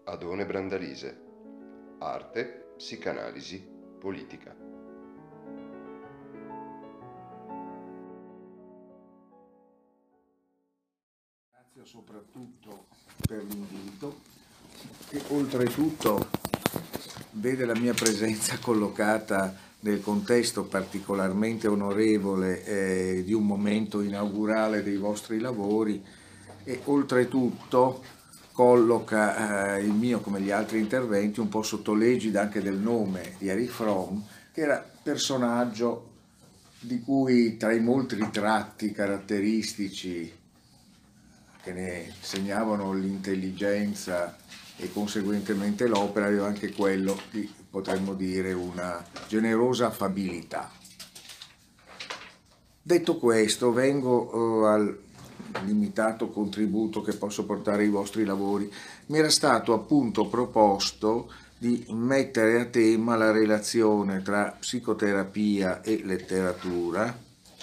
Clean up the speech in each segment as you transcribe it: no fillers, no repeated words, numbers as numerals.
Adone Brandalise. Arte, psicanalisi, politica. Grazie soprattutto per l'invito e oltretutto vede la mia presenza collocata nel contesto particolarmente onorevole di un momento inaugurale dei vostri lavori e oltretutto colloca il mio, come gli altri interventi, un po' sotto l'egida anche del nome di Erich Fromm, che era personaggio di cui tra i molti tratti caratteristici che ne segnavano l'intelligenza e conseguentemente l'opera aveva anche quello di, potremmo dire, una generosa affabilità. Detto questo, vengo al limitato contributo che posso portare ai vostri lavori. Mi era stato appunto proposto di mettere a tema la relazione tra psicoterapia e letteratura,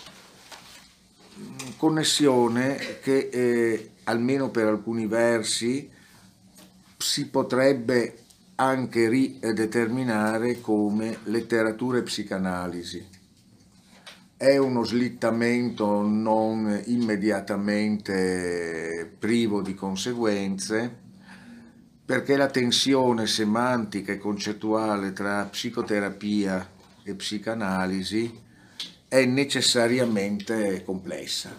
connessione che almeno per alcuni versi si potrebbe anche rideterminare come letteratura e psicanalisi. È uno slittamento non immediatamente privo di conseguenze, perché la tensione semantica e concettuale tra psicoterapia e psicanalisi è necessariamente complessa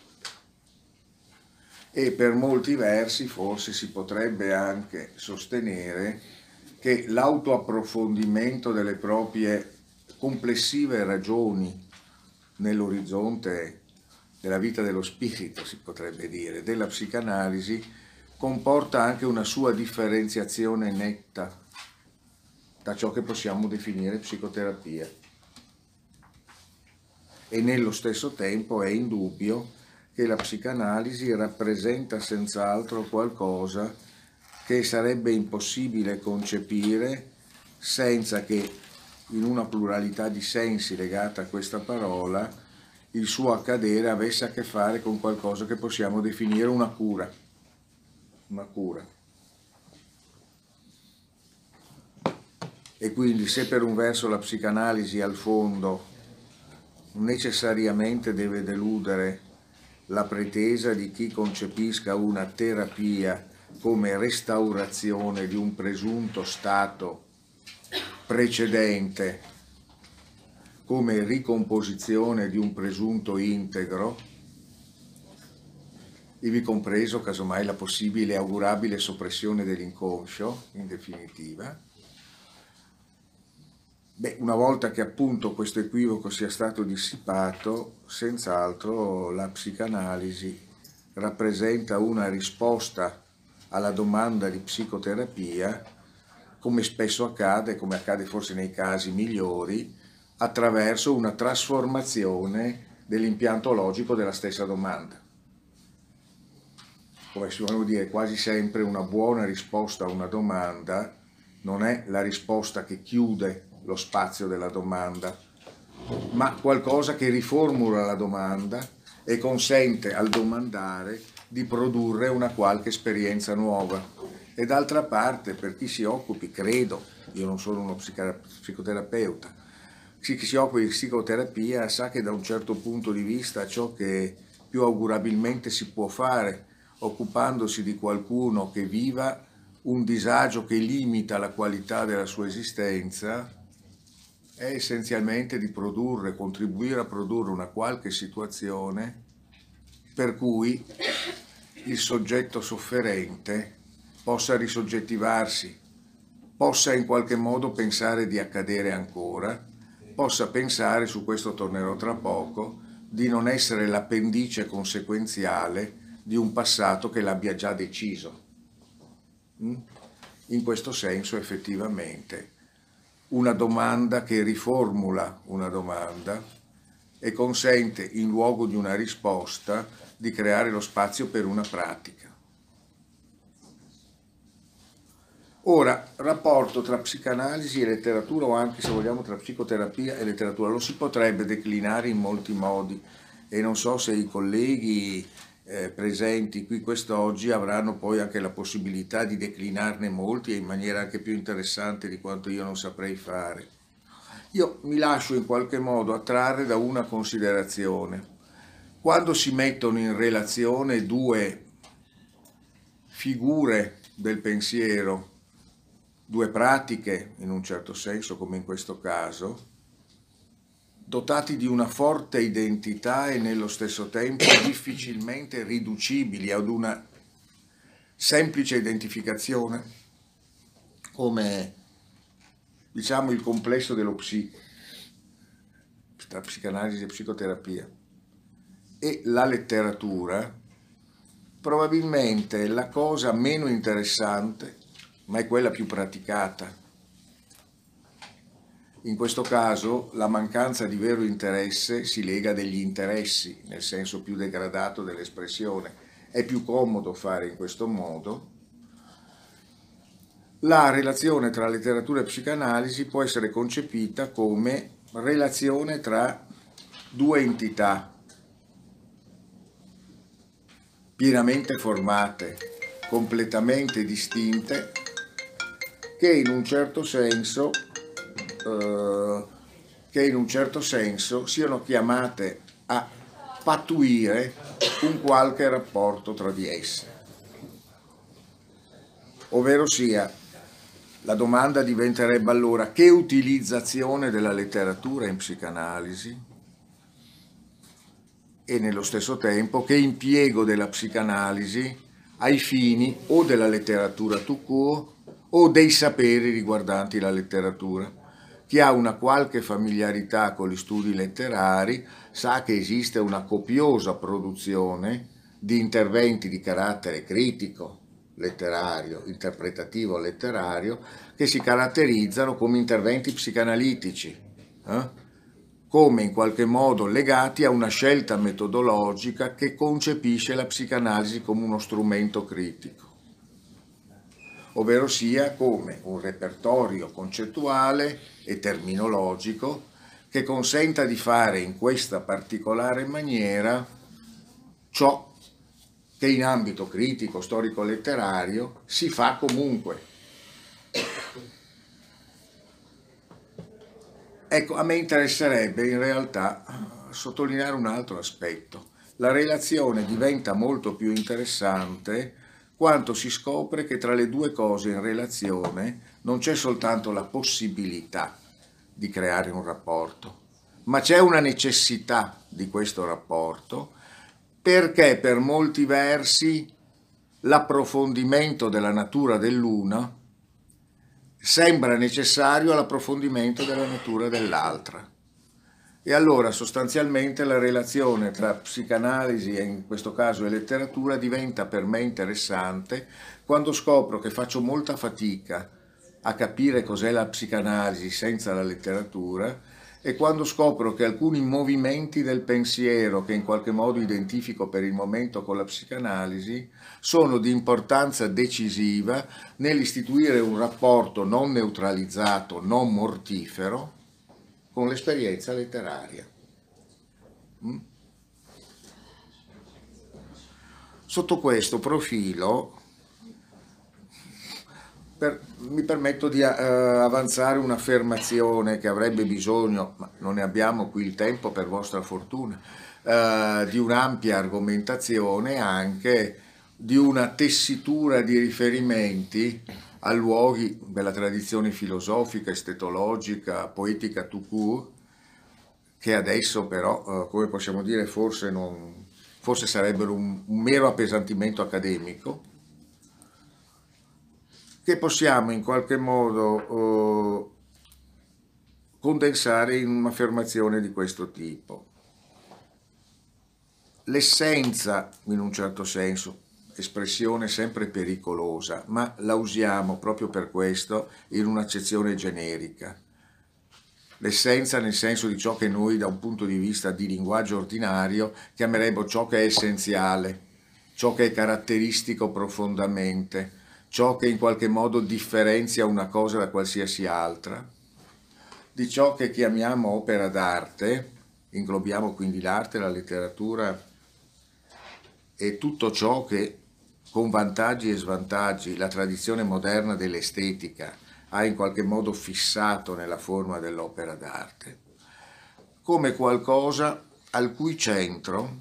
e per molti versi forse si potrebbe anche sostenere che l'autoapprofondimento delle proprie complessive ragioni nell'orizzonte della vita dello spirito, si potrebbe dire, della psicanalisi, comporta anche una sua differenziazione netta da ciò che possiamo definire psicoterapia. E nello stesso tempo è indubbio che la psicanalisi rappresenta senz'altro qualcosa che sarebbe impossibile concepire senza che in una pluralità di sensi legata a questa parola il suo accadere avesse a che fare con qualcosa che possiamo definire una cura. Una cura. E quindi se per un verso la psicanalisi al fondo necessariamente deve deludere la pretesa di chi concepisca una terapia come restaurazione di un presunto stato precedente, come ricomposizione di un presunto integro, ivi compreso casomai la possibile e augurabile soppressione dell'inconscio, in definitiva. Beh, una volta che appunto questo equivoco sia stato dissipato, senz'altro la psicanalisi rappresenta una risposta alla domanda di psicoterapia, come spesso accade, come accade forse nei casi migliori, attraverso una trasformazione dell'impianto logico della stessa domanda. Come si può dire, quasi sempre una buona risposta a una domanda non è la risposta che chiude lo spazio della domanda, ma qualcosa che riformula la domanda e consente al domandare di produrre una qualche esperienza nuova. E d'altra parte, per chi si occupi, credo, io non sono uno psicoterapeuta, chi si occupa di psicoterapia sa che da un certo punto di vista ciò che più augurabilmente si può fare occupandosi di qualcuno che viva un disagio che limita la qualità della sua esistenza è essenzialmente di produrre, contribuire a produrre una qualche situazione per cui il soggetto sofferente possa risoggettivarsi, possa in qualche modo pensare di accadere ancora, possa pensare, su questo tornerò tra poco, di non essere l'appendice conseguenziale di un passato che l'abbia già deciso. In questo senso effettivamente una domanda che riformula una domanda e consente in luogo di una risposta di creare lo spazio per una pratica. Ora, rapporto tra psicanalisi e letteratura o anche se vogliamo tra psicoterapia e letteratura lo si potrebbe declinare in molti modi e non so se i colleghi presenti qui quest'oggi avranno poi anche la possibilità di declinarne molti e in maniera anche più interessante di quanto io non saprei fare. Io mi lascio in qualche modo attrarre da una considerazione. Quando si mettono in relazione due figure del pensiero, due pratiche in un certo senso, come in questo caso, dotati di una forte identità e nello stesso tempo difficilmente riducibili ad una semplice identificazione, come diciamo il complesso dello tra psicanalisi e psicoterapia, e la letteratura, probabilmente la cosa meno interessante, ma è quella più praticata. In questo caso la mancanza di vero interesse si lega a degli interessi, nel senso più degradato dell'espressione. È più comodo fare in questo modo. La relazione tra letteratura e psicanalisi può essere concepita come relazione tra due entità pienamente formate, completamente distinte, che in un certo senso siano chiamate a pattuire un qualche rapporto tra di esse. Ovvero sia, la domanda diventerebbe allora: che utilizzazione della letteratura in psicanalisi e nello stesso tempo che impiego della psicanalisi ai fini o della letteratura tout court o dei saperi riguardanti la letteratura. Chi ha una qualche familiarità con gli studi letterari sa che esiste una copiosa produzione di interventi di carattere critico, letterario, interpretativo letterario, che si caratterizzano come interventi psicanalitici, come in qualche modo legati a una scelta metodologica che concepisce la psicanalisi come uno strumento critico, ovvero sia come un repertorio concettuale e terminologico che consenta di fare in questa particolare maniera ciò che in ambito critico, storico-letterario si fa comunque. Ecco, a me interesserebbe in realtà sottolineare un altro aspetto. La relazione diventa molto più interessante quando si scopre che tra le due cose in relazione non c'è soltanto la possibilità di creare un rapporto, ma c'è una necessità di questo rapporto, perché per molti versi l'approfondimento della natura dell'una sembra necessario all'approfondimento della natura dell'altra. E allora sostanzialmente la relazione tra psicanalisi e in questo caso e letteratura diventa per me interessante quando scopro che faccio molta fatica a capire cos'è la psicanalisi senza la letteratura, e quando scopro che alcuni movimenti del pensiero che in qualche modo identifico per il momento con la psicanalisi sono di importanza decisiva nell'istituire un rapporto non neutralizzato, non mortifero con l'esperienza letteraria. Sotto questo profilo mi permetto di avanzare un'affermazione che avrebbe bisogno, ma non ne abbiamo qui il tempo per vostra fortuna, di un'ampia argomentazione, anche di una tessitura di riferimenti a luoghi della tradizione filosofica, estetologica, poetica tout court, che adesso però, come possiamo dire, forse sarebbero un mero appesantimento accademico, che possiamo in qualche modo condensare in un'affermazione di questo tipo. L'essenza, in un certo senso, espressione sempre pericolosa, ma la usiamo proprio per questo in un'accezione generica. L'essenza nel senso di ciò che noi da un punto di vista di linguaggio ordinario chiameremmo ciò che è essenziale, ciò che è caratteristico profondamente, ciò che in qualche modo differenzia una cosa da qualsiasi altra, di ciò che chiamiamo opera d'arte, inglobiamo quindi l'arte, la letteratura e tutto ciò che con vantaggi e svantaggi la tradizione moderna dell'estetica ha in qualche modo fissato nella forma dell'opera d'arte, come qualcosa al cui centro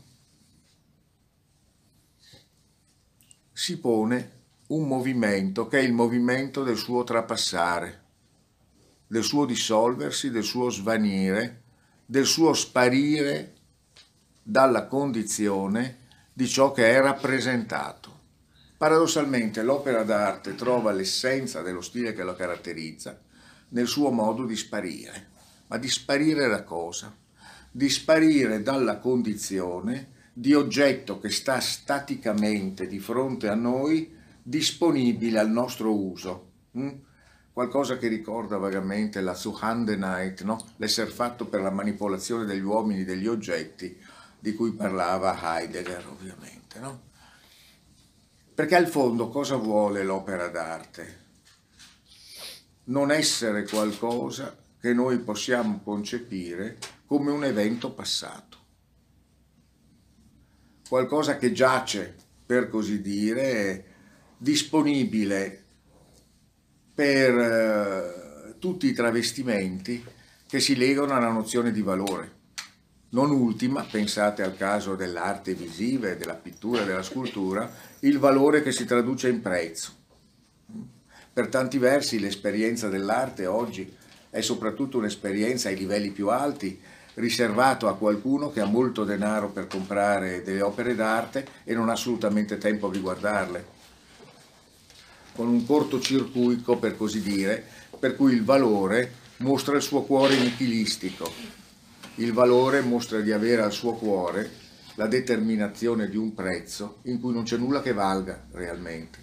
si pone un movimento che è il movimento del suo trapassare, del suo dissolversi, del suo svanire, del suo sparire dalla condizione di ciò che è rappresentato. Paradossalmente l'opera d'arte trova l'essenza dello stile che lo caratterizza nel suo modo di sparire. Ma di sparire da cosa? Di sparire dalla condizione di oggetto che sta staticamente di fronte a noi, disponibile al nostro uso. Qualcosa che ricorda vagamente la Zuhandenheit, no? L'essere fatto per la manipolazione degli uomini, degli oggetti, di cui parlava Heidegger ovviamente, no? Perché al fondo cosa vuole l'opera d'arte? Non essere qualcosa che noi possiamo concepire come un evento passato. Qualcosa che giace, per così dire, disponibile per tutti i travestimenti che si legano alla nozione di valore. Non ultima, pensate al caso dell'arte visiva, della pittura e della scultura, il valore che si traduce in prezzo. Per tanti versi l'esperienza dell'arte oggi è soprattutto un'esperienza ai livelli più alti, riservato a qualcuno che ha molto denaro per comprare delle opere d'arte e non ha assolutamente tempo di guardarle, con un cortocircuito, per così dire, per cui il valore mostra il suo cuore nichilistico. Il valore mostra di avere al suo cuore la determinazione di un prezzo in cui non c'è nulla che valga realmente.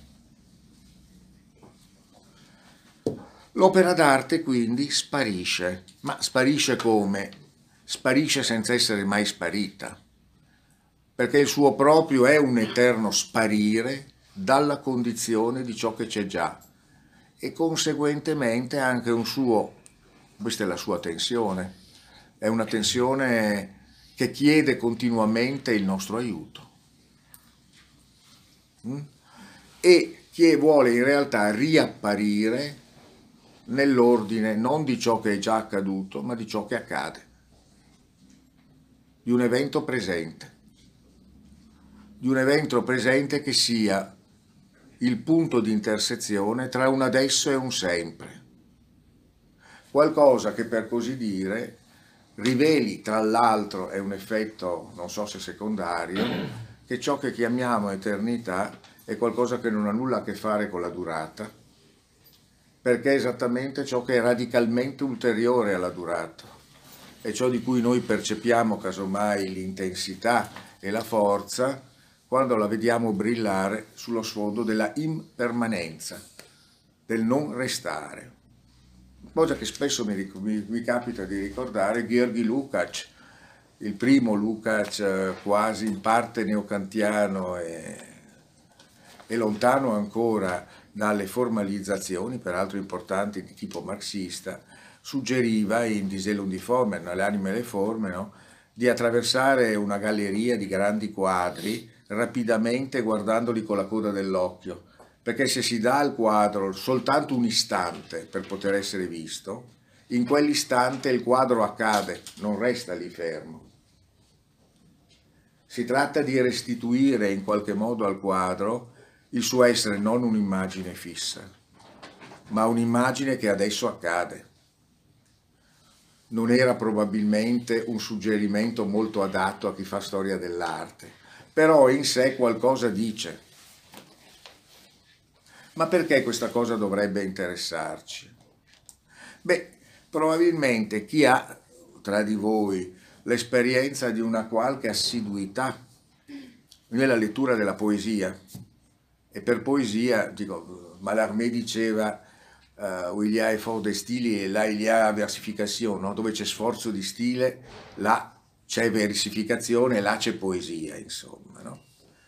L'opera d'arte quindi sparisce, ma sparisce come? Sparisce senza essere mai sparita, perché il suo proprio è un eterno sparire dalla condizione di ciò che c'è già e conseguentemente anche un suo, questa è la sua tensione, è una tensione che chiede continuamente il nostro aiuto e che vuole in realtà riapparire nell'ordine non di ciò che è già accaduto, ma di ciò che accade, di un evento presente, che sia il punto di intersezione tra un adesso e un sempre, qualcosa che per così dire riveli, tra l'altro è un effetto, non so se secondario, che ciò che chiamiamo eternità è qualcosa che non ha nulla a che fare con la durata, perché è esattamente ciò che è radicalmente ulteriore alla durata, è ciò di cui noi percepiamo casomai l'intensità e la forza quando la vediamo brillare sullo sfondo della impermanenza, del non restare. Cosa che spesso mi capita di ricordare György Lukács, il primo Lukács quasi in parte neokantiano e lontano ancora dalle formalizzazioni, peraltro importanti di tipo marxista, suggeriva in Die Seele und die Formen, le anime e le forme, no? Di attraversare una galleria di grandi quadri rapidamente guardandoli con la coda dell'occhio, perché se si dà al quadro soltanto un istante per poter essere visto, in quell'istante il quadro accade, non resta lì fermo. Si tratta di restituire in qualche modo al quadro il suo essere non un'immagine fissa, ma un'immagine che adesso accade. Non era probabilmente un suggerimento molto adatto a chi fa storia dell'arte, però in sé qualcosa dice. Ma perché questa cosa dovrebbe interessarci? Beh, probabilmente chi ha tra di voi l'esperienza di una qualche assiduità nella lettura della poesia, e per poesia, dico, Mallarmé diceva où il y a effort de stili e là il y a versification, no? Dove c'è sforzo di stile, là c'è versificazione, là c'è poesia, insomma, no?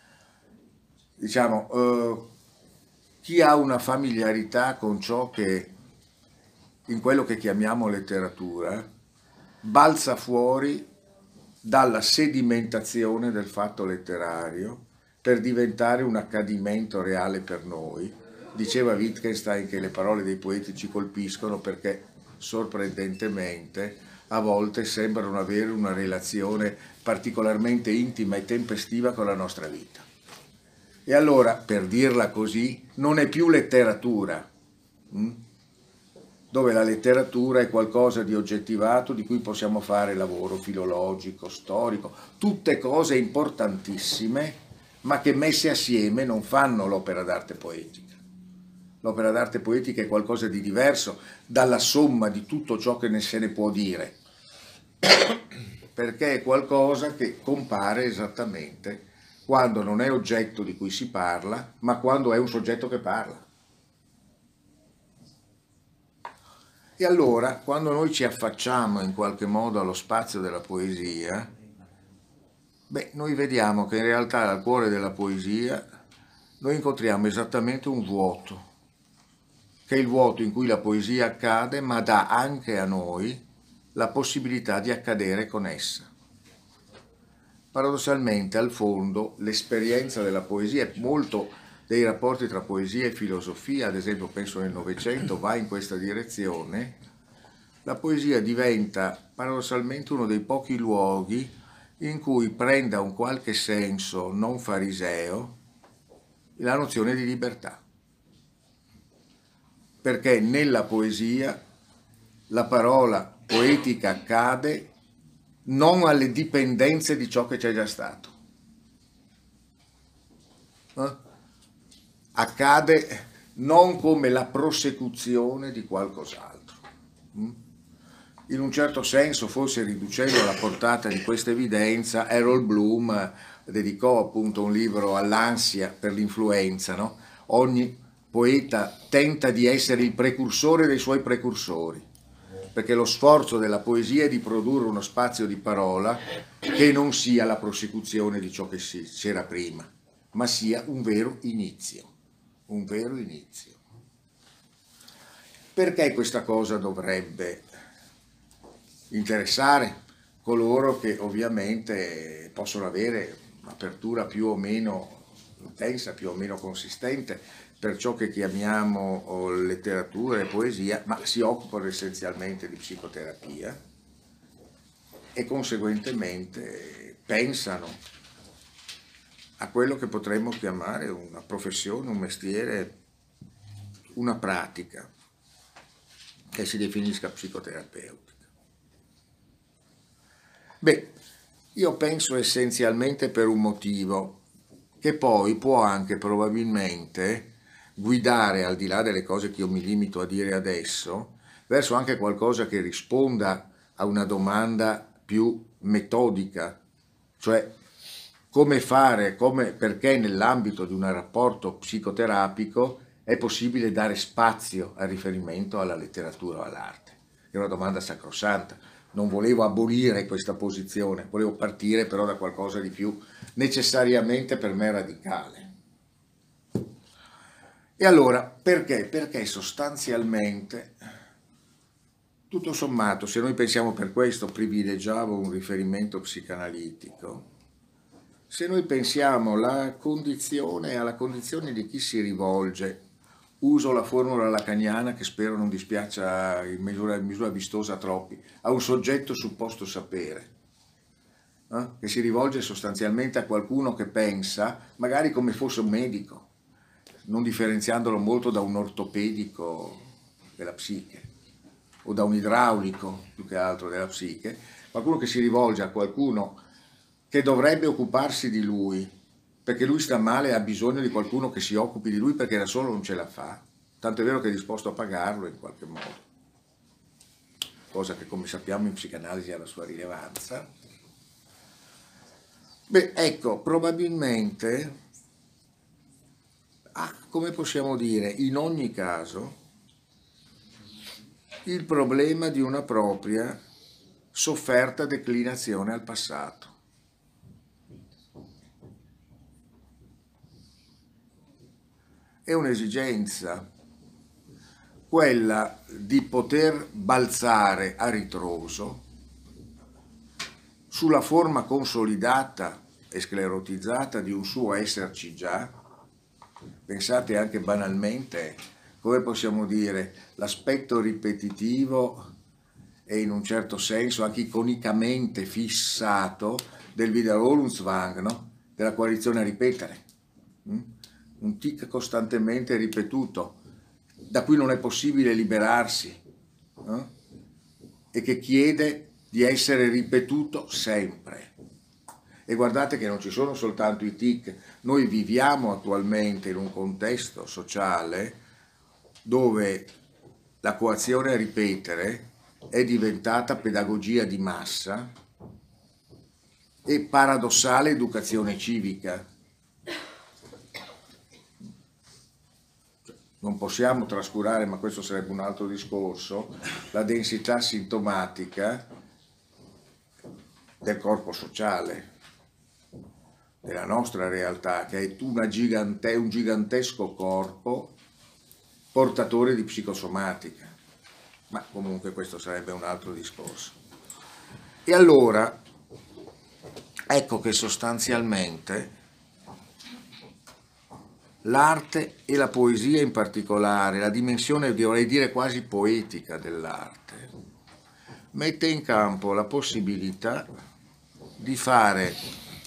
Diciamo, chi ha una familiarità con ciò che in quello che chiamiamo letteratura balza fuori dalla sedimentazione del fatto letterario per diventare un accadimento reale per noi. Diceva Wittgenstein che le parole dei poeti ci colpiscono perché, sorprendentemente, a volte sembrano avere una relazione particolarmente intima e tempestiva con la nostra vita. E allora, per dirla così, non è più letteratura, dove la letteratura è qualcosa di oggettivato di cui possiamo fare lavoro filologico, storico, tutte cose importantissime, ma che messe assieme non fanno l'opera d'arte poetica. L'opera d'arte poetica è qualcosa di diverso dalla somma di tutto ciò che se ne può dire, perché è qualcosa che compare esattamente quando non è oggetto di cui si parla, ma quando è un soggetto che parla. E allora, quando noi ci affacciamo in qualche modo allo spazio della poesia, noi vediamo che in realtà al cuore della poesia noi incontriamo esattamente un vuoto, che è il vuoto in cui la poesia accade, ma dà anche a noi la possibilità di accadere con essa. Paradossalmente, al fondo, l'esperienza della poesia, molto dei rapporti tra poesia e filosofia, ad esempio penso nel Novecento, va in questa direzione. La poesia diventa paradossalmente uno dei pochi luoghi in cui prenda un qualche senso non fariseo la nozione di libertà. Perché nella poesia la parola poetica cade non alle dipendenze di ciò che c'è già stato. Accade non come la prosecuzione di qualcos'altro. In un certo senso, forse riducendo la portata di questa evidenza, Harold Bloom dedicò appunto un libro all'ansia per l'influenza, no? Ogni poeta tenta di essere il precursore dei suoi precursori, perché lo sforzo della poesia è di produrre uno spazio di parola che non sia la prosecuzione di ciò che c'era prima, ma sia un vero inizio. Un vero inizio. Perché questa cosa dovrebbe interessare coloro che ovviamente possono avere un'apertura più o meno intensa, più o meno consistente per ciò che chiamiamo letteratura e poesia, ma si occupano essenzialmente di psicoterapia e conseguentemente pensano a quello che potremmo chiamare una professione, un mestiere, una pratica che si definisca psicoterapeutica. Io penso essenzialmente per un motivo che poi può anche probabilmente guidare, al di là delle cose che io mi limito a dire adesso, verso anche qualcosa che risponda a una domanda più metodica, cioè come fare, perché nell'ambito di un rapporto psicoterapico è possibile dare spazio al riferimento alla letteratura o all'arte. È una domanda sacrosanta. Non volevo abolire questa posizione, volevo partire però da qualcosa di più necessariamente per me radicale. E allora, perché? Perché sostanzialmente, tutto sommato, se noi pensiamo per questo, privilegiavo un riferimento psicanalitico, se noi pensiamo alla condizione di chi si rivolge, uso la formula lacaniana che spero non dispiaccia in misura vistosa a troppi, a un soggetto supposto sapere, che si rivolge sostanzialmente a qualcuno che pensa, magari come fosse un medico, non differenziandolo molto da un ortopedico della psiche, o da un idraulico più che altro della psiche, qualcuno che si rivolge a qualcuno che dovrebbe occuparsi di lui, perché lui sta male e ha bisogno di qualcuno che si occupi di lui perché da solo non ce la fa, tanto è vero che è disposto a pagarlo in qualche modo, cosa che come sappiamo in psicanalisi ha la sua rilevanza. Ecco, probabilmente, come possiamo dire, in ogni caso, il problema di una propria sofferta declinazione al passato. È un'esigenza, quella di poter balzare a ritroso sulla forma consolidata e sclerotizzata di un suo esserci già. Pensate anche banalmente, come possiamo dire, l'aspetto ripetitivo e in un certo senso anche iconicamente fissato del Wiederholungszwang, no? Della coalizione a ripetere. Un tic costantemente ripetuto, da cui non è possibile liberarsi, no? E che chiede di essere ripetuto sempre. E guardate che non ci sono soltanto i tic, noi viviamo attualmente in un contesto sociale dove la coazione a ripetere è diventata pedagogia di massa e paradossale educazione civica. Non possiamo trascurare, ma questo sarebbe un altro discorso, la densità sintomatica del corpo sociale, della nostra realtà, che è un gigantesco corpo portatore di psicosomatica. Ma comunque questo sarebbe un altro discorso. E allora, ecco che sostanzialmente l'arte e la poesia in particolare, la dimensione, vorrei dire quasi poetica dell'arte, mette in campo la possibilità di fare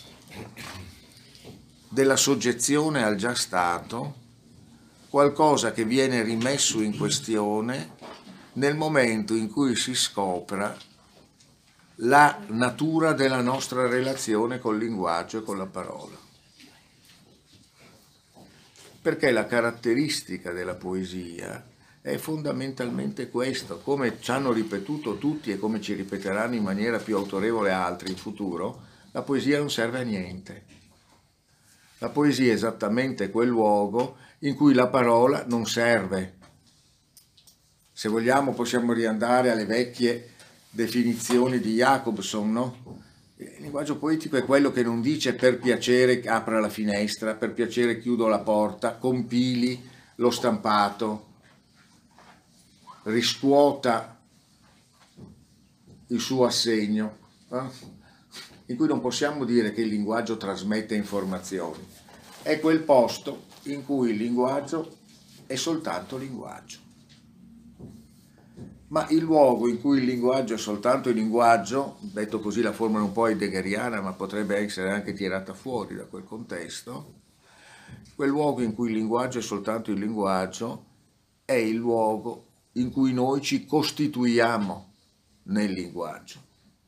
della soggezione al già stato qualcosa che viene rimesso in questione nel momento in cui si scopra la natura della nostra relazione col linguaggio e con la parola. Perché la caratteristica della poesia è fondamentalmente questo, come ci hanno ripetuto tutti e come ci ripeteranno in maniera più autorevole altri in futuro, la poesia non serve a niente. La poesia è esattamente quel luogo in cui la parola non serve. Se vogliamo possiamo riandare alle vecchie definizioni di Jacobson, no? Il linguaggio poetico è quello che non dice per piacere apra la finestra, per piacere chiudo la porta, compili lo stampato, riscuota il suo assegno, in cui non possiamo dire che il linguaggio trasmette informazioni. È quel posto in cui il linguaggio è soltanto linguaggio. Ma il luogo in cui il linguaggio è soltanto il linguaggio, detto così la formula un po' heideggeriana, ma potrebbe essere anche tirata fuori da quel contesto, quel luogo in cui il linguaggio è soltanto il linguaggio è il luogo in cui noi ci costituiamo nel linguaggio,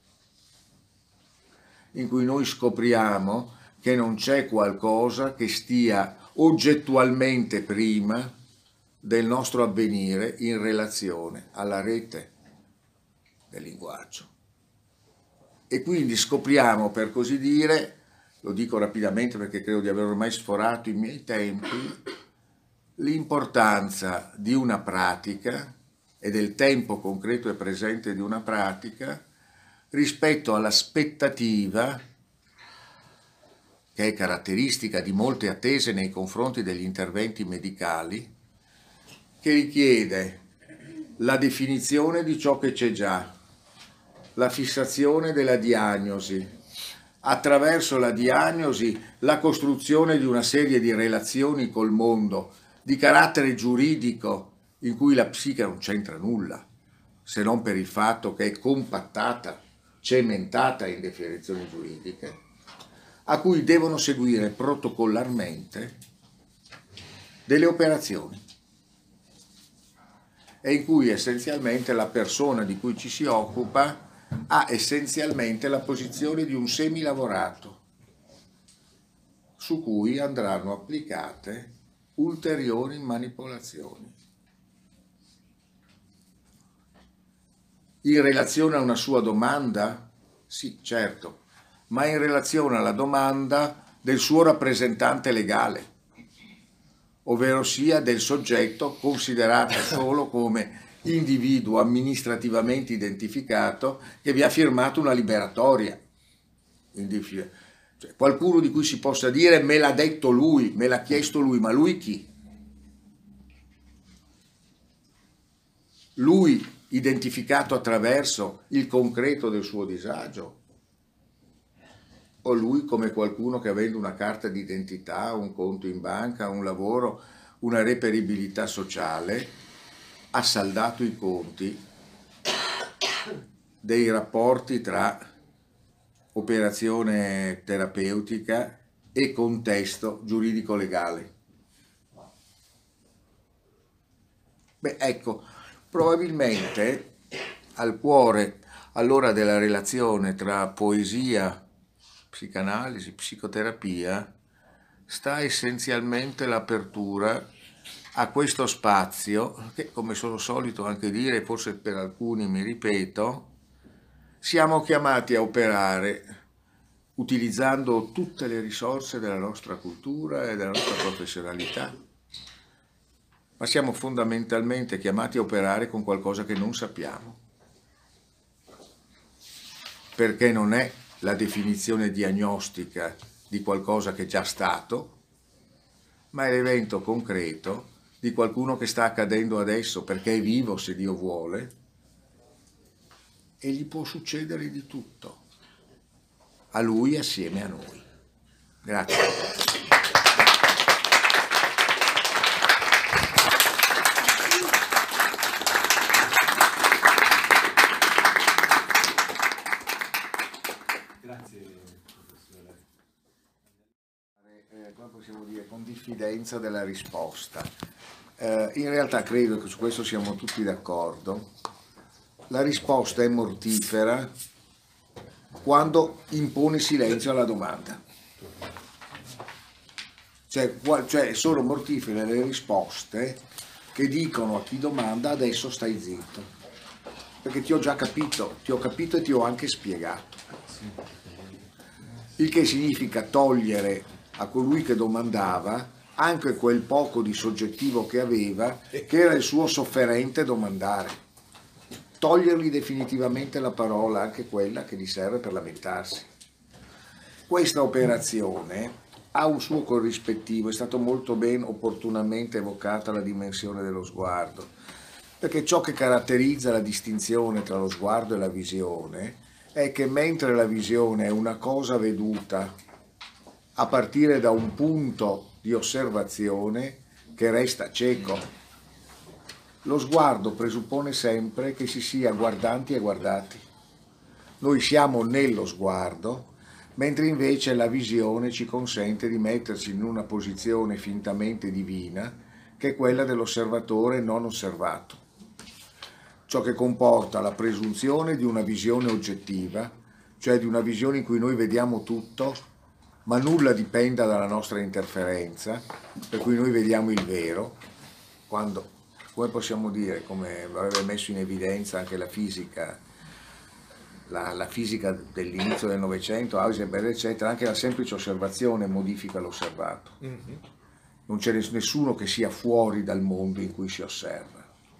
in cui noi scopriamo che non c'è qualcosa che stia oggettualmente prima del nostro avvenire in relazione alla rete del linguaggio. E quindi scopriamo, per così dire, lo dico rapidamente perché credo di aver ormai sforato i miei tempi, l'importanza di una pratica e del tempo concreto e presente di una pratica rispetto all'aspettativa che è caratteristica di molte attese nei confronti degli interventi medicali, che richiede la definizione di ciò che c'è già, la fissazione della diagnosi, attraverso la diagnosi la costruzione di una serie di relazioni col mondo di carattere giuridico in cui la psiche non c'entra nulla, se non per il fatto che è compattata, cementata in definizioni giuridiche, a cui devono seguire protocollarmente delle operazioni e in cui essenzialmente la persona di cui ci si occupa ha essenzialmente la posizione di un semilavorato su cui andranno applicate ulteriori manipolazioni. In relazione a una sua domanda? Sì, certo, ma in relazione alla domanda del suo rappresentante legale, ovvero sia del soggetto considerato solo come individuo amministrativamente identificato che vi ha firmato una liberatoria. Cioè, qualcuno di cui si possa dire me l'ha detto lui, me l'ha chiesto lui, ma lui chi? Lui identificato attraverso il concreto del suo disagio? o lui come qualcuno che avendo una carta d'identità, un conto in banca, un lavoro, una reperibilità sociale, ha saldato i conti dei rapporti tra operazione terapeutica e contesto giuridico-legale. Beh, ecco, probabilmente al cuore allora della relazione tra poesia, psicanalisi, psicoterapia sta essenzialmente l'apertura a questo spazio che, come sono solito anche dire, forse per alcuni mi ripeto, siamo chiamati a operare utilizzando tutte le risorse della nostra cultura e della nostra professionalità, ma siamo fondamentalmente chiamati a operare con qualcosa che non sappiamo, perché non è la definizione diagnostica di qualcosa che è già stato, ma è l'evento concreto di qualcuno che sta accadendo adesso, perché è vivo se Dio vuole, e gli può succedere di tutto, a lui assieme a noi. Grazie. Come possiamo dire, con diffidenza della risposta. In realtà credo che su questo siamo tutti d'accordo. La risposta è mortifera quando impone silenzio alla domanda. Cioè sono mortifere le risposte che dicono a chi domanda adesso stai zitto, perché ti ho già capito, ti ho capito e ti ho anche spiegato. Il che significa togliere a colui che domandava anche quel poco di soggettivo che aveva, che era il suo sofferente domandare. Togliergli definitivamente la parola, anche quella che gli serve per lamentarsi. Questa operazione ha un suo corrispettivo, è stato molto ben opportunamente evocata la dimensione dello sguardo, perché ciò che caratterizza la distinzione tra lo sguardo e la visione è che mentre la visione è una cosa veduta a partire da un punto di osservazione che resta cieco, lo sguardo presuppone sempre che si sia guardanti e guardati. Noi siamo nello sguardo, mentre invece la visione ci consente di metterci in una posizione fintamente divina, che è quella dell'osservatore non osservato. Ciò che comporta la presunzione di una visione oggettiva, cioè di una visione in cui noi vediamo tutto, ma nulla dipenda dalla nostra interferenza, per cui noi vediamo il vero, quando, come possiamo dire, come aveva messo in evidenza anche la fisica dell'inizio del Novecento, Heisenberg, eccetera, anche la semplice osservazione modifica l'osservato. Non c'è nessuno che sia fuori dal mondo in cui si osserva.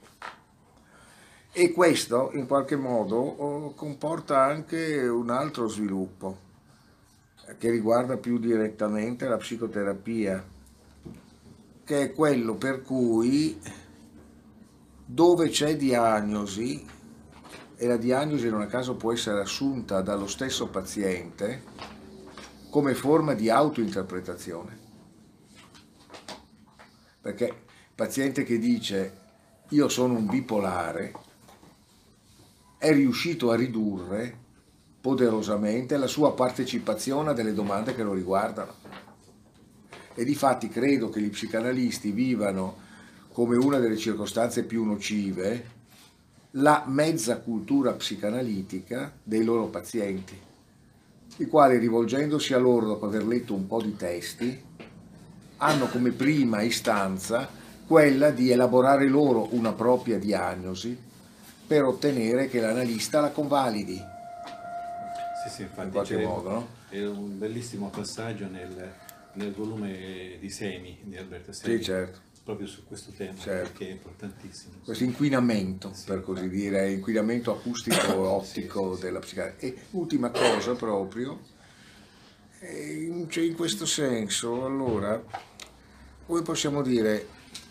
E questo in qualche modo comporta anche un altro sviluppo che riguarda più direttamente la psicoterapia, che è quello per cui dove c'è diagnosi, e la diagnosi non a caso può essere assunta dallo stesso paziente come forma di autointerpretazione, perché il paziente che dice io sono un bipolare è riuscito a ridurre poderosamente la sua partecipazione a delle domande che lo riguardano. E difatti credo che gli psicanalisti vivano come una delle circostanze più nocive la mezza cultura psicanalitica dei loro pazienti, i quali, rivolgendosi a loro dopo aver letto un po' di testi, hanno come prima istanza quella di elaborare loro una propria diagnosi per ottenere che l'analista la convalidi. Sì, infatti in qualche modo, no? È un bellissimo passaggio nel volume di Semi, di Alberto Semi, Sì, certo. proprio su questo tema, Certo. che è importantissimo. Questo inquinamento, Sì, per così dire, inquinamento acustico-ottico sì. della psicanalisi. E ultima cosa proprio, cioè in questo senso, allora, come possiamo dire,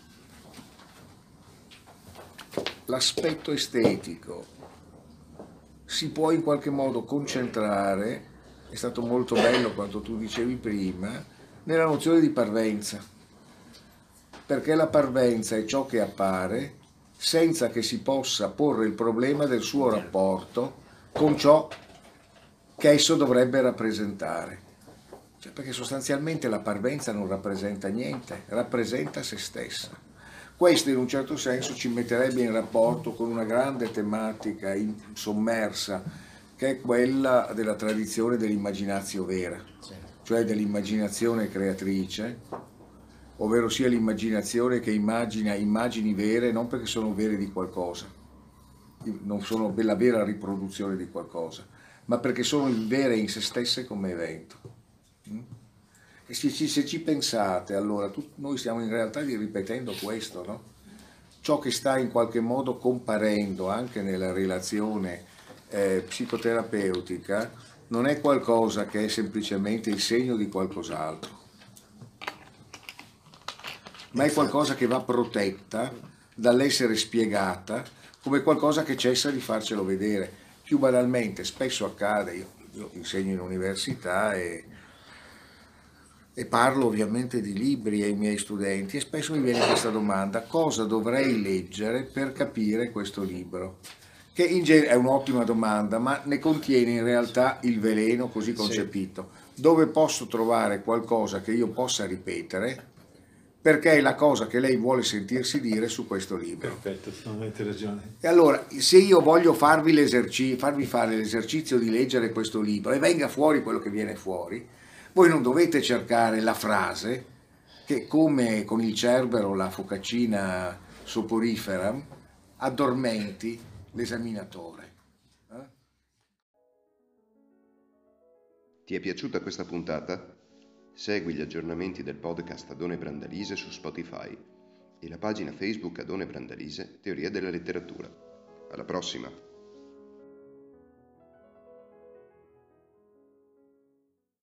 l'aspetto estetico si può in qualche modo concentrare è stato molto bello quanto tu dicevi prima, nella nozione di parvenza, perché la parvenza è ciò che appare senza che si possa porre il problema del suo rapporto con ciò che esso dovrebbe rappresentare. Cioè, perché sostanzialmente la parvenza non rappresenta niente, rappresenta se stessa. Questo in un certo senso ci metterebbe in rapporto con una grande tematica sommersa, che è quella della tradizione dell'immaginatio vera, cioè dell'immaginazione creatrice, ovvero sia l'immaginazione che immagina immagini vere non perché sono vere di qualcosa, non sono la vera riproduzione di qualcosa, ma perché sono vere in se stesse come evento. E se ci pensate, allora noi stiamo in realtà ripetendo questo, no? Ciò che sta in qualche modo comparendo anche nella relazione psicoterapeutica non è qualcosa che è semplicemente il segno di qualcos'altro, ma è qualcosa che va protetta dall'essere spiegata come qualcosa che cessa di farcelo vedere. Più banalmente, spesso accade, io insegno in università e parlo ovviamente di libri ai miei studenti e spesso mi viene questa domanda: cosa dovrei leggere per capire questo libro? Che in genere è un'ottima domanda, ma ne contiene in realtà il veleno così concepito. Sì. Dove posso trovare qualcosa che io possa ripetere, perché è la cosa che lei vuole sentirsi dire su questo libro. Perfetto, avete ragione. E allora, se io voglio farvi fare l'esercizio di leggere questo libro e venga fuori quello che viene fuori, voi non dovete cercare la frase che, come con il cerbero la focaccina soporifera, addormenti l'esaminatore. Ti è piaciuta questa puntata? Segui gli aggiornamenti del podcast Adone Brandalise su Spotify e la pagina Facebook Adone Brandalise Teoria della letteratura. Alla prossima!